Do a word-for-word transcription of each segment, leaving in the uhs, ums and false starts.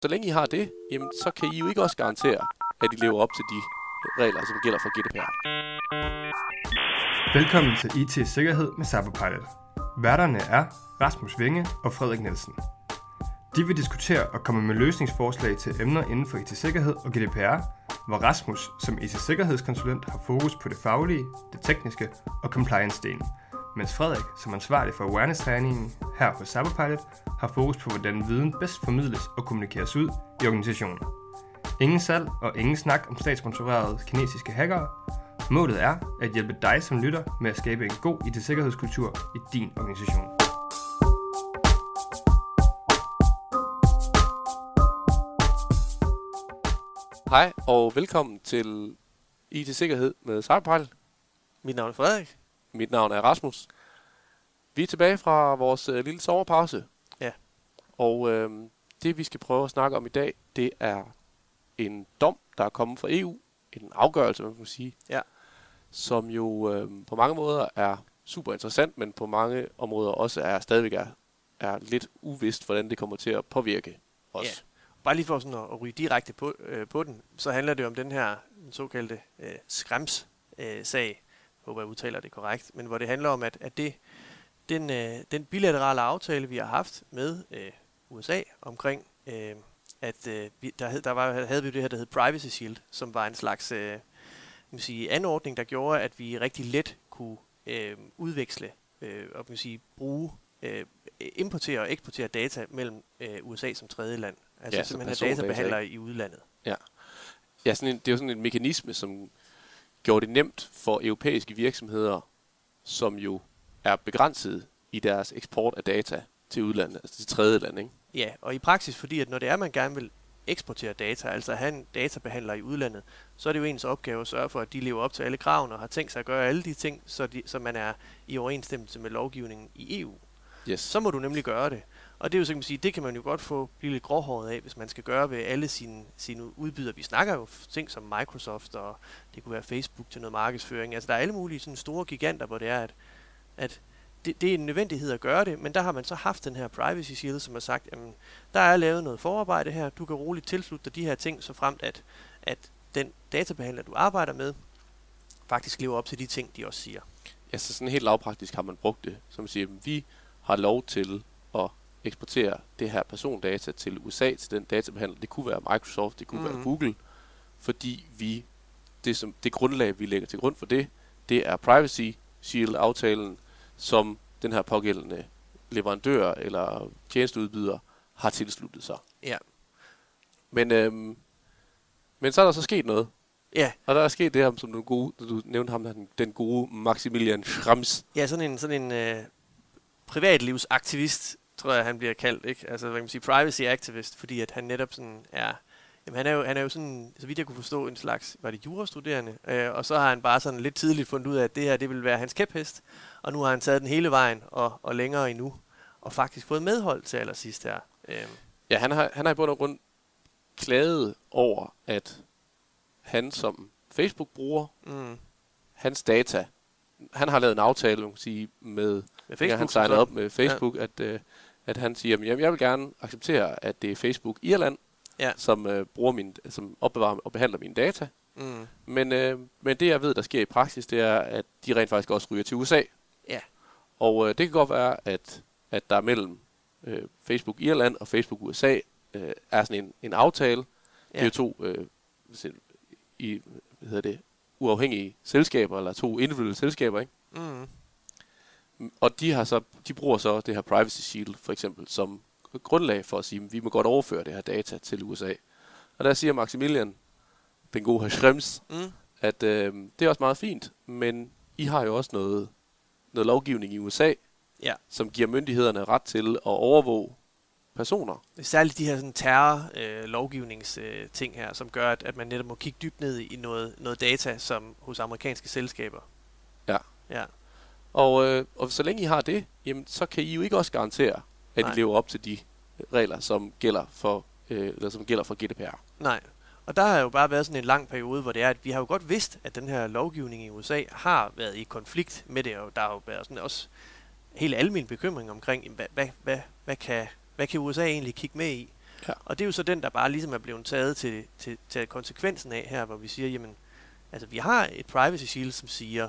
Så længe I har det, jamen, så kan I jo ikke også garantere, at I lever op til de regler, som gælder for G D P R. Velkommen til I T-sikkerhed med Cyberpilot. Værterne er Rasmus Winge og Frederik Nielsen. De vil diskutere og komme med løsningsforslag til emner inden for I T-sikkerhed og G D P R, hvor Rasmus som I T-sikkerhedskonsulent har fokus på det faglige, det tekniske og compliance-delen, mens Frederik som ansvarlig for awareness-træningen her hos Cyberpilot har fokus på, hvordan viden bedst formidles og kommunikeres ud i organisationen. Ingen salg og ingen snak om statssponsorerede kinesiske hackere. Målet er at hjælpe dig som lytter med at skabe en god I T-sikkerhedskultur i din organisation. Hej og velkommen til I T-sikkerhed med Cyberpilot. Mit navn er Frederik. Mit navn er Rasmus. Vi er tilbage fra vores øh, lille sommerpause. Ja. Og øh, det vi skal prøve at snakke om i dag, det er en dom, der er kommet fra E U. En afgørelse, man kan sige. Ja. Som jo øh, på mange måder er super interessant, men på mange områder også er stadigvæk er, er lidt uvist, hvordan det kommer til at påvirke os. Ja. Bare lige for sådan at, at ryge direkte på, øh, på den, så handler det om den her den såkaldte øh, Schrems-sag. Øh, håber jeg udtaler det korrekt. Men hvor det handler om, at, at det, den, øh, den bilaterale aftale, vi har haft med øh, U S A omkring, øh, at øh, vi, der, hed, der var, havde vi det her, der hed Privacy Shield, som var en slags øh, man sige, anordning, der gjorde, at vi rigtig let kunne øh, udveksle øh, og man sige, bruge, øh, importere og eksportere data mellem øh, U S A som tredje land. Altså ja, simpelthen have databehandlere i udlandet. Ja, ja sådan en, det er jo sådan en mekanisme, som gjorde det nemt for europæiske virksomheder, som jo er begrænset i deres eksport af data til udlandet, altså til tredje land, ikke? Ja, og i praksis, fordi at når det er, man gerne vil eksportere data, altså have en databehandler i udlandet, så er det jo ens opgave at sørge for, at de lever op til alle kravene og har tænkt sig at gøre alle de ting, så, de, så man er i overensstemmelse med lovgivningen i E U. Yes. Så må du nemlig gøre det. Og det er jo så kan man sige, det kan man jo godt få blive lidt gråhåret af, hvis man skal gøre ved alle sine, sine udbydere. Vi snakker jo ting som Microsoft, og det kunne være Facebook til noget markedsføring. Altså der er alle mulige sådan store giganter, hvor det er, at, at det, det er en nødvendighed at gøre det, men der har man så haft den her Privacy Shield, som har sagt, jamen, der er lavet noget forarbejde her, du kan roligt tilslutte dig de her ting, så fremt at, at den databehandler, du arbejder med, faktisk lever op til de ting, de også siger. Ja, så sådan helt lavpraktisk har man brugt det, som siger, at vi har lov til at eksportere det her persondata til U S A, til den databehandler. Det kunne være Microsoft, det kunne mm. være Google, fordi vi, det, som, det grundlag, vi lægger til grund for det, det er Privacy Shield-aftalen, som den her pågældende leverandør eller tjenesteudbyder har tilsluttet sig. Ja. Men, øhm, men så er der så sket noget. Ja. Og der er sket det her, som du, gode, du nævnte ham, den, den gode Maximilian Schrems. Ja, sådan en, sådan en øh, privatlivsaktivist, tror jeg, han bliver kaldt, ikke? Altså, hvad kan man sige, privacy activist, fordi at han netop sådan er, jamen han er jo, han er jo sådan, så vidt jeg kunne forstå, en slags, var det jurastuderende, øh, og så har han bare sådan lidt tidligt fundet ud af, at det her, det vil være hans kæphest, og nu har han taget den hele vejen, og, og længere endnu, og faktisk fået medhold til allersidst her. Øh. Ja, han har, han har i bund og grund klaget over, at han som Facebook-bruger, mm. hans data, han har lavet en aftale, man kan sige, med, med Facebook, han signet op med Facebook, ja. at, øh, at han siger, jamen jeg vil gerne acceptere, at det er Facebook Irland, ja. som øh, bruger min, som opbevarer og behandler mine data. Mm. Men, øh, men det jeg ved, der sker i praksis, det er, at de rent faktisk også ryger til U S A. Ja. Og øh, det kan godt være, at, at der mellem øh, Facebook Irland og Facebook U S A øh, er sådan en, en aftale. Ja. Det er jo to øh, i, hvad hedder det, uafhængige selskaber, eller to individuelle selskaber, ikke? Mm. Og de har så, de bruger så det her Privacy Shield, for eksempel, som grundlag for at sige, at vi må godt overføre det her data til U S A. Og der siger Maximilian, den gode her Schrems, mm. at øh, det er også meget fint, men I har jo også noget, noget lovgivning i U S A, ja. som giver myndighederne ret til at overvåge personer. Særligt de her sådan terror-lovgivningsting øh, ting her, som gør, at, at man netop må kigge dybt ned i noget, noget data, som hos amerikanske selskaber. Ja. Ja. Og, øh, og så længe I har det, jamen, så kan I jo ikke også garantere, at Nej. I lever op til de regler, som gælder for, øh, eller som gælder for G D P R. Nej. Og der har jo bare været sådan en lang periode, hvor det er, at vi har jo godt vidst, at den her lovgivning i U S A har været i konflikt med det, og der har jo været sådan også helt almen bekymring omkring, hvad, hvad, hvad, hvad, kan, hvad kan U S A egentlig kigge med i? Ja. Og det er jo så den, der bare ligesom er blevet taget til, til, til konsekvensen af her, hvor vi siger, jamen, altså vi har et privacy shield, som siger,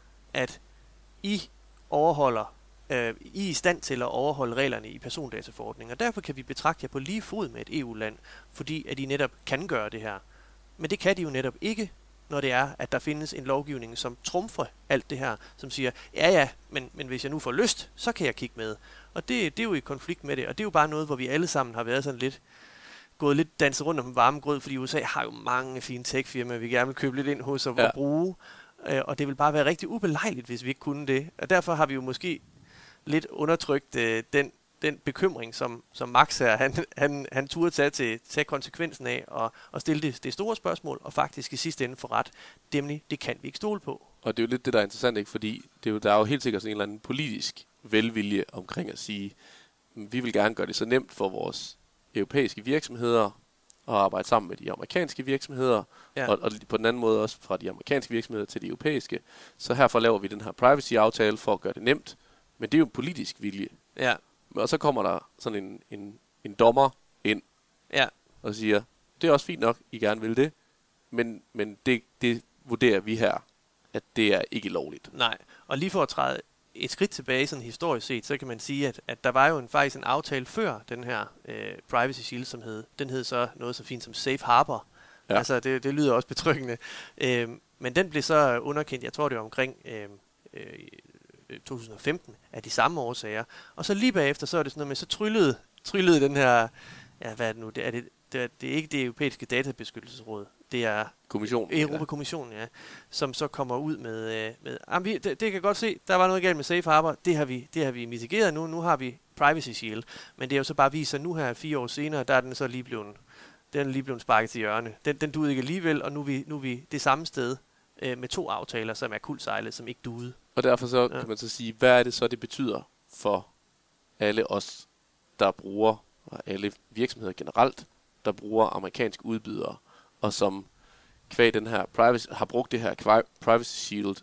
at I overholder, øh, I er i stand til at overholde reglerne i persondataforordningen, og derfor kan vi betragte jer på lige fod med et E U-land, fordi at I netop kan gøre det her. Men det kan de jo netop ikke, når det er, at der findes en lovgivning, som trumfer alt det her, som siger, ja ja, men, men hvis jeg nu får lyst, så kan jeg kigge med. Og det, det er jo i konflikt med det, og det er jo bare noget, hvor vi alle sammen har været sådan lidt, gået lidt danset rundt om den varme grød, fordi U S A har jo mange fine tech-firmaer, vi gerne vil købe lidt ind hos og ja. bruge, og det vil bare være rigtig ubelejligt, hvis vi ikke kunne det. Og derfor har vi jo måske lidt undertrykt øh, den, den bekymring, som, som Max her, han, han, han turde tage, til, tage konsekvensen af og, og stille det, det store spørgsmål, og faktisk i sidste ende få ret. Nemlig, det kan vi ikke stole på. Og det er jo lidt det, der er interessant, ikke? Fordi det er jo, der er jo helt sikkert sådan en eller anden politisk velvilje omkring at sige, vi vil gerne gøre det så nemt for vores europæiske virksomheder at arbejde sammen med de amerikanske virksomheder, Ja. og, og på den anden måde også fra de amerikanske virksomheder til de europæiske. Så herfor laver vi den her privacy-aftale for at gøre det nemt, men det er jo en politisk vilje. Ja, Og så kommer der sådan en, en, en dommer ind ja, og siger, det er også fint nok, I gerne vil det, men, men det, det vurderer vi her, at det er ikke lovligt. nej. Og lige for at træde et skridt tilbage, sådan historisk set, så kan man sige, at, at der var jo en, faktisk en aftale før den her øh, Privacy Shield, som hed, den hed så noget så fint som Safe Harbor. Ja. Altså, det, det lyder også betryggende. Øh, men den blev så underkendt, jeg tror det var omkring øh, øh, to tusind og femten, af de samme årsager. Og så lige bagefter, så er det sådan noget med, så tryllede, tryllede den her, ja, hvad er det nu, det er, det, det er, det er ikke det europæiske databeskyttelsesråd, det er Kommissionen. Europakommissionen, ja, som så kommer ud med, med jamen, vi, det, det kan godt se, der var noget galt med Safe Harbor, det har vi, det har vi mitigeret nu, nu har vi Privacy Shield, men det er jo så bare vist sig nu her fire år senere, der er den så lige blevet, den er lige blevet sparket til hjørne. Den, den duede ikke alligevel, og nu er vi, nu er vi det samme sted øh, med to aftaler, som er kuldsejlet, som ikke duede. Og derfor så Ja. kan man så sige, hvad er det så, det betyder for alle os, der bruger, og alle virksomheder generelt, der bruger amerikanske udbydere, og som kvæg den her privacy, har brugt det her kva- Privacy Shield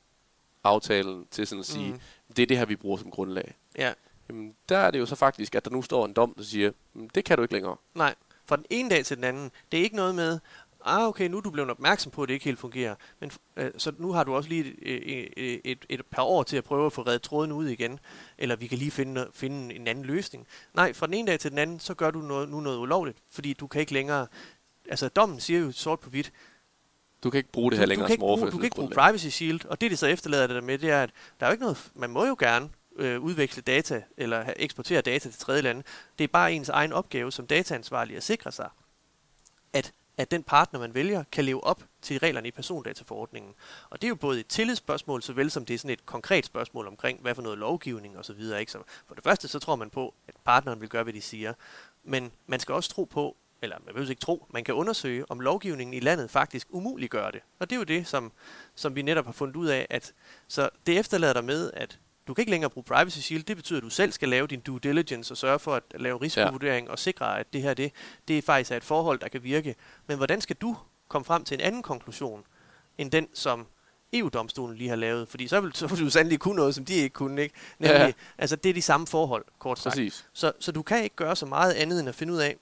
aftalen til sådan at sige, Mm. det er det her, vi bruger som grundlag. Ja, Jamen, der er det jo så faktisk, at der nu står en dom, der siger, "Mm, det kan du ikke længere. nej. Fra den ene dag til den anden, det er ikke noget med, ah okay, nu er du blevet opmærksom på, at det ikke helt fungerer, men øh, så nu har du også lige et, et, et, et par år til at prøve at få reddet tråden ud igen, eller vi kan lige finde, finde en anden løsning. Nej, fra den ene dag til den anden, så gør du noget, nu noget ulovligt, fordi du kan ikke længere, altså dommen siger jo sort på hvidt, Du kan ikke bruge det her du, længere du, kan som ikke bruge, du kan ikke bruge overførselsgrundlag. Privacy Shield, og det, det så efterlader det der med, det er, at der er jo ikke noget, man må jo gerne øh, udveksle data, eller have, eksportere data til tredje lande. Det er bare ens egen opgave som dataansvarlig at sikre sig, at, at den partner, man vælger, kan leve op til reglerne i persondataforordningen. Og det er jo både et tillidsspørgsmål, såvel som det er sådan et konkret spørgsmål omkring, hvad for noget lovgivning og så videre. Ikke? Så for det første, så tror man på, at partneren vil gøre, hvad de siger. Men man skal også tro på, eller man vil ikke tro, man kan undersøge, om lovgivningen i landet faktisk umuliggør det. Og det er jo det, som, som vi netop har fundet ud af, at så det efterlader dig med, at du kan ikke længere bruge Privacy Shield. Det betyder, at du selv skal lave din due diligence og sørge for at lave risikovurdering ja. og sikre, at det her det, det faktisk er et forhold, der kan virke. Men hvordan skal du komme frem til en anden konklusion, end den, som E U-domstolen lige har lavet? Fordi så vil, så vil du sandelig kunne noget, som de ikke kunne, ikke? Nemlig, Ja. altså det er de samme forhold, kort sagt. Præcis. Så, så du kan ikke gøre så meget andet, end at finde ud af,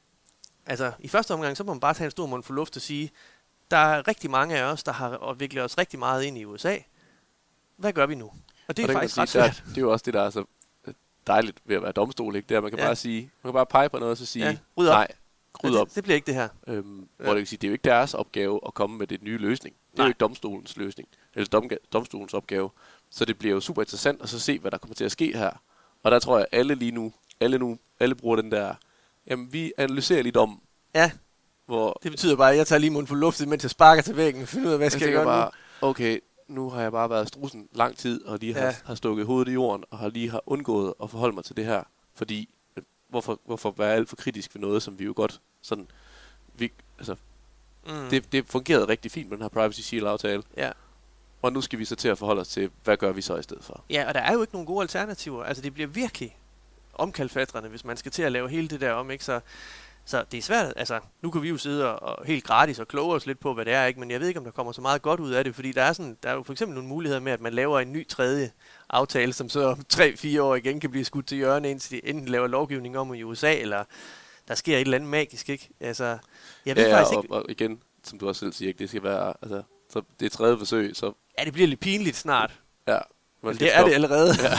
altså i første omgang, så må man bare tage en stor mund for luft og sige, der er rigtig mange af os, der har viklet os rigtig meget ind i U S A. Hvad gør vi nu? Og det er og faktisk kan man ret sige, der, svært. det er jo også det, der er så dejligt ved at være domstol, ikke? Det er, at man kan Ja. bare sige, man kan bare pege på noget og så sige, Ja, ryd op. nej, ryd Ja, op. det, det bliver ikke det her. Øhm, Ja. Hvor det kan sige, det er jo ikke deres opgave at komme med det nye løsning. Det er Nej. jo ikke domstolens løsning, eller dom, domstolens opgave. Så det bliver jo super interessant at så se, hvad der kommer til at ske her. Og der tror jeg, alle lige nu, alle nu, alle bruger den der, jamen vi analyserer lige dommen, Ja, hvor det betyder bare, at jeg tager lige mund for luft, mens jeg sparker til væggen og finder ud af, hvad jeg skal jeg tænker gøre bare, okay, nu har jeg bare været strussen lang tid, og lige har, Ja. har stukket hovedet i jorden, og har lige har undgået at forholde mig til det her. Fordi, øh, hvorfor, hvorfor være alt for kritisk ved noget, som vi jo godt sådan, vi, altså, nu? Mm. det, det fungerede rigtig fint med den her Privacy Shield-aftale. Ja. Og nu skal vi så til at forholde os til, hvad gør vi så i stedet for? ja, og der er jo ikke nogen gode alternativer. Altså det bliver virkelig omkalfatrende, hvis man skal til at lave hele det der om, ikke? Så, så det er svært. Altså, nu kan vi jo sidde og, og helt gratis og kloge os lidt på, hvad det er, ikke? Men jeg ved ikke, om der kommer så meget godt ud af det, fordi der er, sådan, der er jo for eksempel nogle muligheder med, at man laver en ny tredje aftale, som så om tre fire år igen kan blive skudt til hjørne, indtil de enten laver lovgivning om i U S A, eller der sker et eller andet magisk, ikke? Altså, jeg ved ja, faktisk og, ikke... og igen, som du også selv siger, ikke, det skal være, altså, så det er tredje forsøg, så... Ja, det bliver lidt pinligt snart. Ja. Man Det er stoppe. Det allerede. Ja.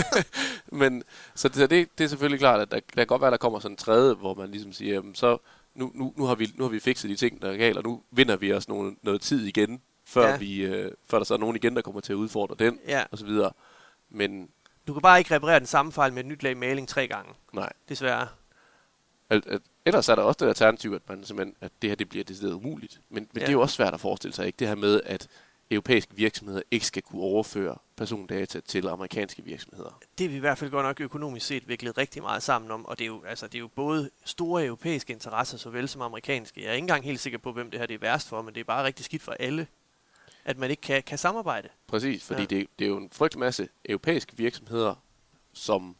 Men, så det, det, det er selvfølgelig klart, at der, der kan godt være, at der kommer sådan en tredje, hvor man ligesom siger, jamen, så nu, nu, nu, har vi, nu har vi fikset de ting, der er galt, og nu vinder vi os nogle, noget tid igen, før, ja. vi, øh, før der så er nogen igen, der kommer til at udfordre den, ja. og så videre. Men... Du kan bare ikke reparere den samme fejl med et nyt lag maling tre gange. Nej. Desværre. Al, al, ellers er der også det alternativ, at, man simpelthen, at det her det bliver decideret umuligt. Men, men ja. det er jo også svært at forestille sig, ikke? Det her med, at europæiske virksomheder ikke skal kunne overføre persondata til amerikanske virksomheder. Det er vi i hvert fald godt nok økonomisk set viklet rigtig meget sammen om, og det er jo, altså, det er jo både store europæiske interesser, såvel som amerikanske. Jeg er ikke engang helt sikker på, hvem det her det er værst for, men det er bare rigtig skidt for alle, at man ikke kan, kan samarbejde. Præcis, fordi ja. det, det er jo en frygtelig masse europæiske virksomheder, som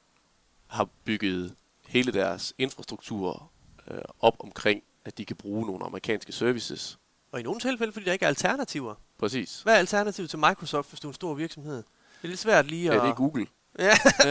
har bygget hele deres infrastruktur øh, op omkring, at de kan bruge nogle amerikanske services. Og i nogle tilfælde, fordi der ikke er alternativer. Præcis. Hvad er alternativet til Microsoft, hvis du er en stor virksomhed? Det er lidt svært lige at... Ja, det er Google. Ja.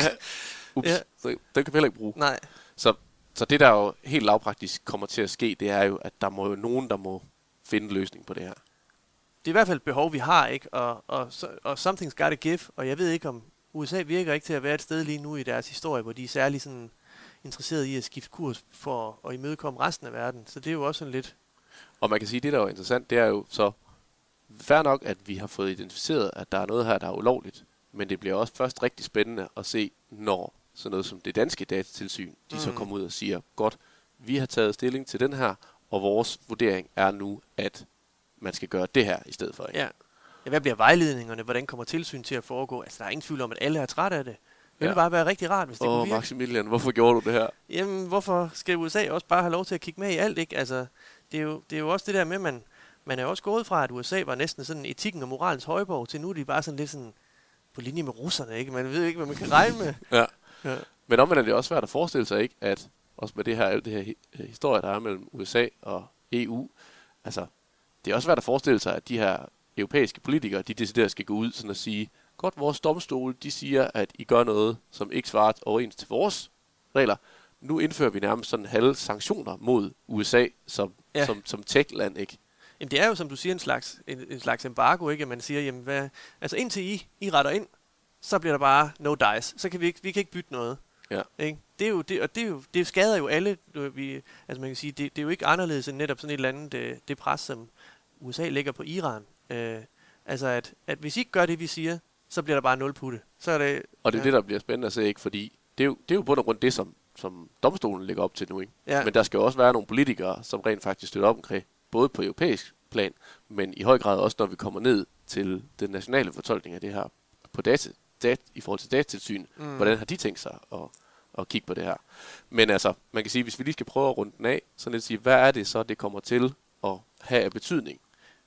Ups, ja. Så den kan vi heller ikke bruge. Nej. Så, så det, der jo helt lavpraktisk kommer til at ske, det er jo, at der må jo nogen, der må finde en løsning på det her. Det er i hvert fald et behov, vi har, ikke? Og, og, og something's gotta give, og jeg ved ikke, om U S A virker ikke til at være et sted lige nu i deres historie, hvor de er særlig sådan interesseret i at skifte kurs for at imødekomme resten af verden. Så det er jo også sådan lidt... Og man kan sige, at det, der er interessant, det er jo så fair nok, at vi har fået identificeret, at der er noget her, der er ulovligt. Men det bliver også først rigtig spændende at se, når sådan noget som det danske datatilsyn, de mm. så kommer ud og siger, godt, vi har taget stilling til den her, og vores vurdering er nu, at man skal gøre det her i stedet for. Ikke? Ja. Ja, hvad bliver vejledningerne? Hvordan kommer tilsyn til at foregå? Altså, der er ingen tvivl om, at alle er trætte af det. Det ville ja. bare være rigtig rart, hvis det Åh, kunne virke. Maximilian, hvorfor gjorde du det her? Jamen, hvorfor skal U S A også bare have lov til at kigge med i alt, ikke? Altså, det er jo, det er jo også det der med, at man, man er også gået fra, at U S A var næsten sådan etikken og moralens højborg, til nu er de bare sådan lidt sådan på linje med russerne, ikke? Man ved ikke, hvad man kan regne med. Ja. ja. Men omvendt er det også svært at forestille sig, ikke? At også med det her, alt det her hi- historie, der er mellem U S A og E U, altså, det er også svært at forestille sig, at de her europæiske politikere, de decideret skal gå ud sådan og sige, godt, vores domstol, de siger, at I gør noget, som ikke svarer overens til vores regler. Nu indfører vi nærmest sådan halve sanktioner mod U S A som, ja. som, som tech-land, ikke? Jamen det er jo, som du siger, en slags, en, en slags embargo, ikke? At man siger, jamen hvad, altså indtil I, I retter ind, så bliver der bare no dice. Så kan vi ikke, vi kan ikke bytte noget. Ja. Ikke? Det er jo, det, og det, er jo, det skader jo alle. Vi, altså man kan sige, det, det er jo ikke anderledes end netop sådan et eller andet, det, det pres, som U S A lægger på Iran. Øh, altså at, at hvis I ikke gør det, vi siger, så bliver der bare nul putte. Så er det, og det er ja. det, der bliver spændende at se, ikke? Fordi det er jo, det er jo på grund af det, som, som domstolen lægger op til nu, ikke? Ja. Men der skal jo også være nogle politikere, som rent faktisk støtter op omkring, både på europæisk plan, men i høj grad også, når vi kommer ned til den nationale fortolkning af det her på data, dat, i forhold til datatilsyn. Mm. Hvordan har de tænkt sig at, at kigge på det her? Men altså, man kan sige, hvis vi lige skal prøve at runde den af, så lidt sige, hvad er det så, det kommer til at have af betydning?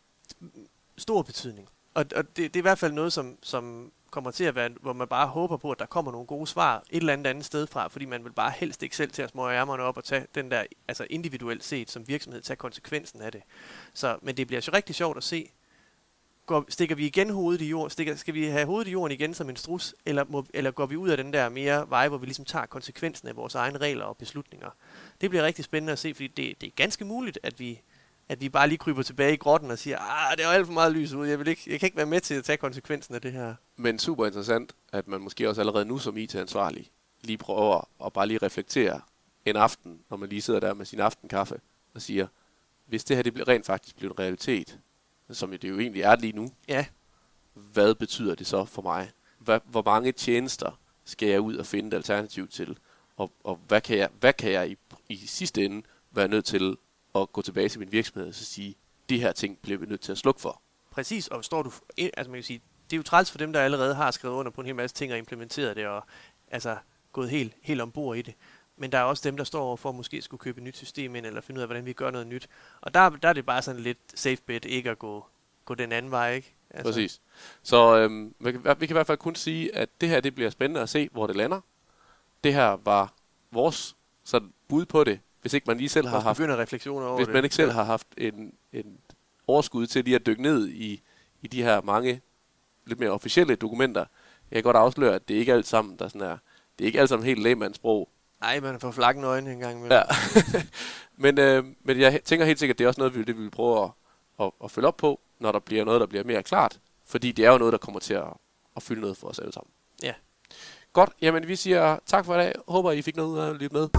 Stor betydning. Og, og det, det er i hvert fald noget, som, som kommer til at være, hvor man bare håber på, at der kommer nogle gode svar et eller andet andet sted fra, fordi man vil bare helst ikke selv til at smøge ærmerne op og tage den der, altså individuelt set som virksomhed, tage konsekvensen af det. Så, men det bliver så rigtig sjovt at se, går, stikker vi igen hovedet i jorden, stikker, skal vi have hovedet i jorden igen som en strus, eller, må, eller går vi ud af den der mere vej, hvor vi ligesom tager konsekvensen af vores egne regler og beslutninger. Det bliver rigtig spændende at se, fordi det, det er ganske muligt, at vi at vi bare lige kryber tilbage i grotten og siger, ah, det er alt for meget lys ud, jeg, vil ikke, jeg kan ikke være med til at tage konsekvensen af det her. Men super interessant, at man måske også allerede nu som I T-ansvarlig lige prøver at bare lige reflektere en aften, når man lige sidder der med sin aftenkaffe og siger, hvis det her det bliver rent faktisk bliver en realitet, som det jo egentlig er lige nu, ja. Hvad betyder det så for mig? Hvad, hvor mange tjenester skal jeg ud og finde et alternativ til? Og, og hvad kan jeg, hvad kan jeg i, i sidste ende være nødt til at gå tilbage til min virksomhed og så sige, de her ting bliver vi nødt til at slukke for. Præcis, og står du, altså man kan sige, det er jo træls for dem, der allerede har skrevet under på en hel masse ting og implementeret det, og altså gået helt, helt ombord i det. Men der er også dem, der står over for at måske skulle købe et nyt system ind, eller finde ud af, hvordan vi gør noget nyt. Og der, der er det bare sådan lidt safe bet, ikke at gå, gå den anden vej, ikke? Altså. Præcis. Så øhm, vi, kan, vi kan i hvert fald kun sige, at det her det bliver spændende at se, hvor det lander. Det her var vores sådan, bud på det. Hvis ikke man lige selv har haft refleksioner over hvis det. man ikke selv har haft en, en overskud til lige at dykke ned i, i de her mange lidt mere officielle dokumenter. Jeg kan godt afsløre, at det ikke er alt sammen, der sådan er, det er ikke alt sammen helt lægmandssprog. Ej, man får flakken øjne en gang imellem. Ja. men, øh, men jeg tænker helt sikkert, at det er også noget, vi, det vi vil prøve at, at, at følge op på, når der bliver noget, der bliver mere klart. Fordi det er jo noget, der kommer til at, at fylde noget for os alle sammen. Ja. Godt, jamen vi siger tak for i dag. Håber, I fik noget ud af at lytte med.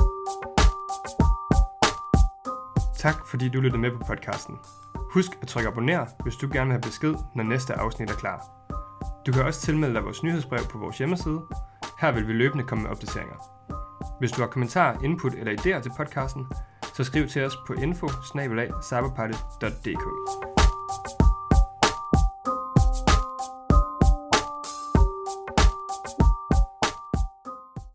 Tak fordi du lyttede med på podcasten. Husk at trykke abonner, hvis du gerne vil have besked, når næste afsnit er klar. Du kan også tilmelde dig vores nyhedsbrev på vores hjemmeside. Her vil vi løbende komme med opdateringer. Hvis du har kommentarer, input eller idéer til podcasten, så skriv til os på info bindestreg cyberpilot punktum d k.